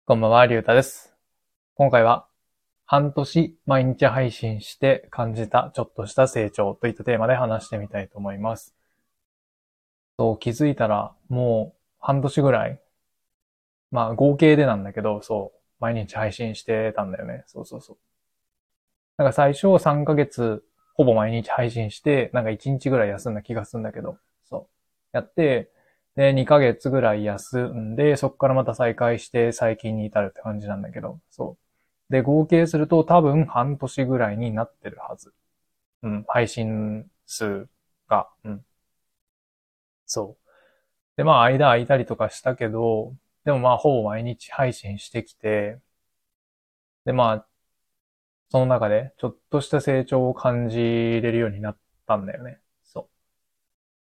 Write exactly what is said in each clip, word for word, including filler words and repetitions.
こんばんは、りゅうたです。今回は、半年毎日配信して感じたちょっとした成長といったテーマで話してみたいと思います。そう、気づいたら、もう半年ぐらい、まあ合計でなんだけど、そう、毎日配信してたんだよね。そうそうそう。なんか最初さんかげつ、ほぼ毎日配信して、なんかいちにちぐらい休んだ気がするんだけど、そう。やって、で、にかげつぐらい休んで、そこからまた再開して最近に至るって感じなんだけど、そう。で、合計すると多分半年ぐらいになってるはず。うん、配信数が。うん、そう。で、まあ、間空いたりとかしたけど、でもまあ、ほぼ毎日配信してきて、で、まあ、その中で、ちょっとした成長を感じれるようになったんだよね。そう。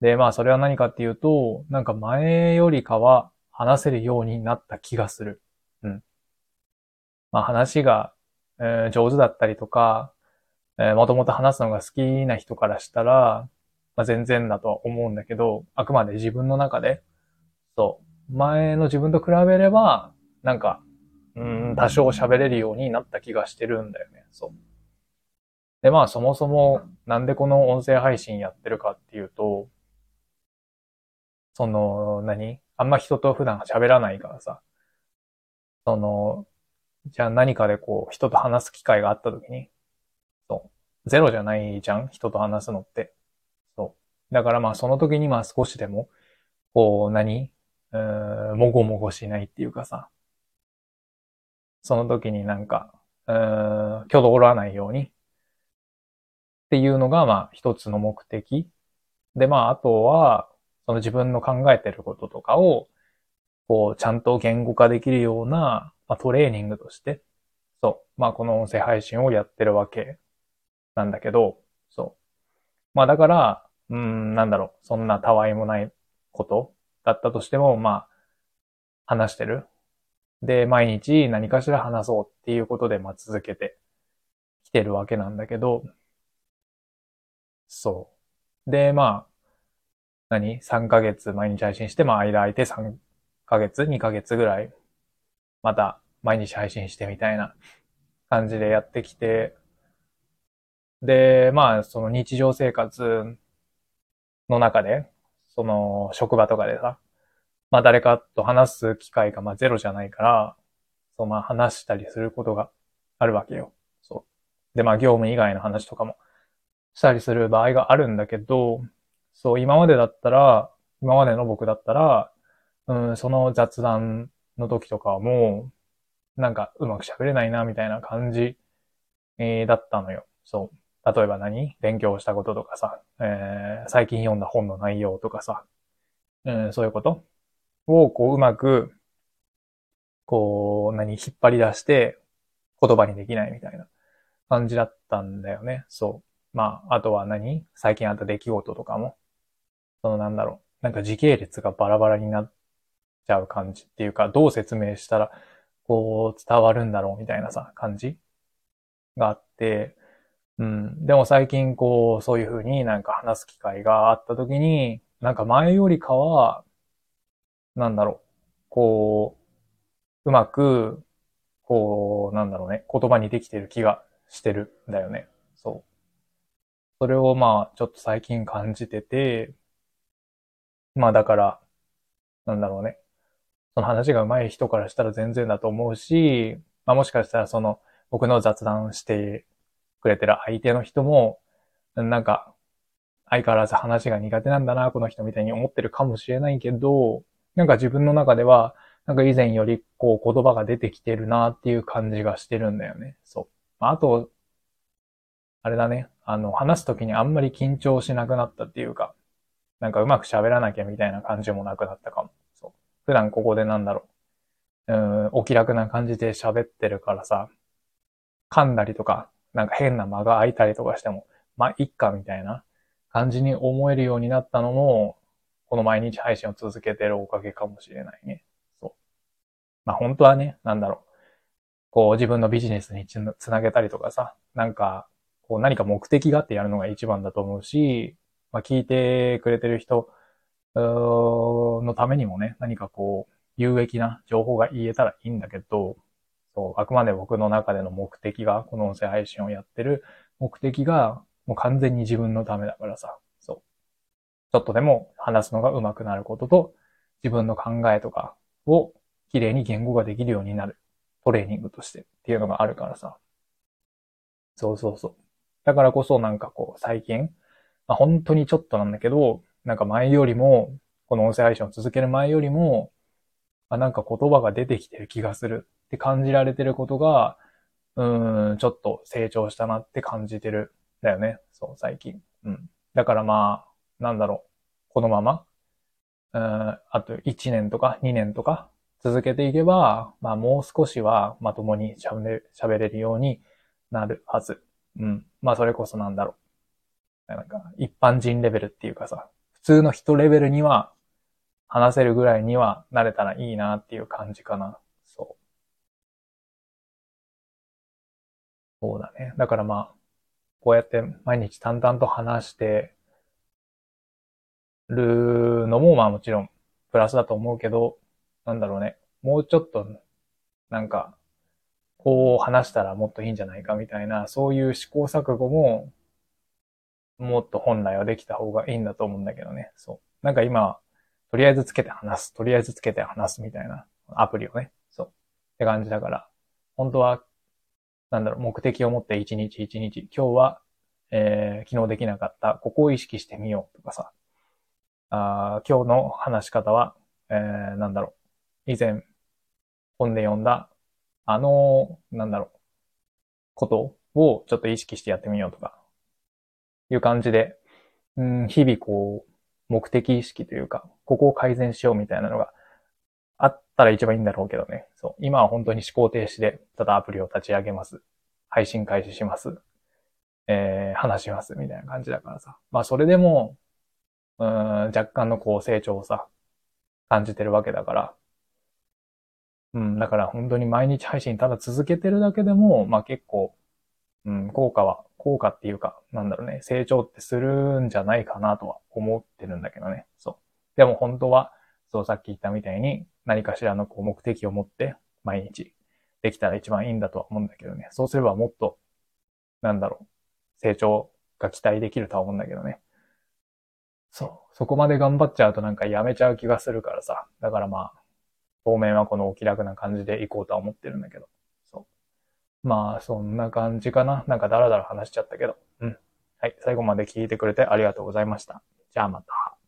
で、まあ、それは何かっていうと、なんか前よりかは話せるようになった気がする。うん。まあ、話が、えー上手だったりとか、えーもともと話すのが好きな人からしたら、まあ、全然だとは思うんだけど、あくまで自分の中で、そう、前の自分と比べれば、なんか、うん、多少喋れるようになった気がしてるんだよね。そう。で、まあそもそもなんでこの音声配信やってるかっていうと、その、何あんま人と普段喋らないからさ、その、じゃあ何かでこう人と話す機会があった時に、そう、ゼロじゃないじゃん人と話すのって。そう。だからまあその時にまあ少しでも、こう何うーん、もごもごしないっていうかさ、その時になんか、うーん、挙動らないようにっていうのがまあ一つの目的。で、まあ、あとは、その自分の考えてることとかを、こう、ちゃんと言語化できるような、まあ、トレーニングとして、そう、まあ、この音声配信をやってるわけなんだけど、そう。まあ、だから、うーん、なんだろう、そんなたわいもないことだったとしても、まあ、話してる。で、毎日何かしら話そうっていうことで、まあ、続けてきてるわけなんだけど、そう。で、まあ、何 ?さん ヶ月毎日配信して、まあ間空いてさんかげつ ?に ヶ月ぐらい、また毎日配信してみたいな感じでやってきて、で、まあその日常生活の中で、その職場とかでさ、まあ誰かと話す機会がまあゼロじゃないから、そうまあ話したりすることがあるわけよ。そう。でまあ業務以外の話とかもしたりする場合があるんだけど、そう今までだったら、今までの僕だったら、うん、その雑談の時とかも、なんかうまく喋れないな、みたいな感じ、えーだったのよ。そう。例えば何勉強したこととかさ、えー最近読んだ本の内容とかさ、うん、そういうことをこううまく、こう、何引っ張り出して言葉にできないみたいな感じだったんだよね。そう。まあ、あとは何最近あった出来事とかも、そのなんだろう。なんか時系列がバラバラになっちゃう感じっていうか、どう説明したら、こう、伝わるんだろうみたいなさ、感じがあって、うん。でも最近、こう、そういうふうになんか話す機会があった時に、なんか前よりかは、なんだろう、こう、うまく、こう、なんだろうね、言葉にできてる気がしてるんだよね。そう。それをまあ、ちょっと最近感じてて、まあだから、なんだろうね。その話が上手い人からしたら全然だと思うし、まあもしかしたらその僕の雑談してくれてる相手の人も、なんか相変わらず話が苦手なんだな、この人みたいに思ってるかもしれないけど、なんか自分の中では、なんか以前よりこう言葉が出てきてるなっていう感じがしてるんだよね。そう。あと、あれだね。あの、話すときにあんまり緊張しなくなったっていうか、なんかうまく喋らなきゃみたいな感じもなくなったかも。そう。普段ここでなんだろう。うん、お気楽な感じで喋ってるからさ、噛んだりとか、なんか変な間が空いたりとかしても、まあ、いっかみたいな感じに思えるようになったのも、この毎日配信を続けてるおかげかもしれないね。そう。まあ、本当はね、なんだろう。こう、自分のビジネスにつなつなげたりとかさ、なんか、こう、何か目的があってやるのが一番だと思うし、まあ、聞いてくれてる人のためにもね、何かこう、 有益な情報が言えたらいいんだけど、そう、あくまで僕の中での目的が、この音声配信をやってる目的が、もう完全に自分のためだからさ、そう。ちょっとでも話すのが上手くなることと、自分の考えとかを綺麗に言語ができるようになるトレーニングとしてっていうのがあるからさ。そうそうそう。だからこそなんかこう最近、まあ、本当にちょっとなんだけど、なんか前よりも、この音声配信を続ける前よりも、あ、なんか言葉が出てきてる気がするって感じられてることが、うーん、ちょっと成長したなって感じてる。だよね。そう、最近。うん。だからまあ、なんだろう。このまま、うん、あといちねんとかにねんとか続けていけば、まあもう少しはまともに喋れ喋れるようになるはず。うん。まあそれこそなんだろう。なんか一般人レベルっていうかさ、普通の人レベルには話せるぐらいにはなれたらいいなっていう感じかな。そう。そうだね。だからまあ、こうやって毎日淡々と話してるのもまあもちろんプラスだと思うけど、なんだろうね。もうちょっとなんか、こう話したらもっといいんじゃないかみたいな、そういう試行錯誤ももっと本来はできた方がいいんだと思うんだけどね。そう。なんか今、とりあえずつけて話す、とりあえずつけて話すみたいなアプリをね。そう。って感じだから、本当は、なんだろう、目的を持って一日一日、今日は、えー、昨日できなかった、ここを意識してみようとかさ、あー今日の話し方は、えー、なんだろう、以前本で読んだ、あの、なんだろう、ことをちょっと意識してやってみようとか、いう感じで、うん、日々こう、目的意識というか、ここを改善しようみたいなのがあったら一番いいんだろうけどね。そう。今は本当に思考停止で、ただアプリを立ち上げます。配信開始します。えー、話します。みたいな感じだからさ。まあそれでも、うん、若干のこう成長をさ、感じてるわけだから。うん、だから本当に毎日配信ただ続けてるだけでも、まあ結構、うん、効果は、効果っていうか、なんだろうね、成長ってするんじゃないかなとは思ってるんだけどね。そう。でも本当は、そうさっき言ったみたいに、何かしらのこう目的を持って毎日できたら一番いいんだとは思うんだけどね。そうすればもっと、なんだろう、成長が期待できるとは思うんだけどね。そう。そこまで頑張っちゃうとなんかやめちゃう気がするからさ。だからまあ、当面はこのお気楽な感じでいこうとは思ってるんだけど。そう。まあ、そんな感じかな。なんかダラダラ話しちゃったけど。うん。はい。最後まで聞いてくれてありがとうございました。じゃあまた。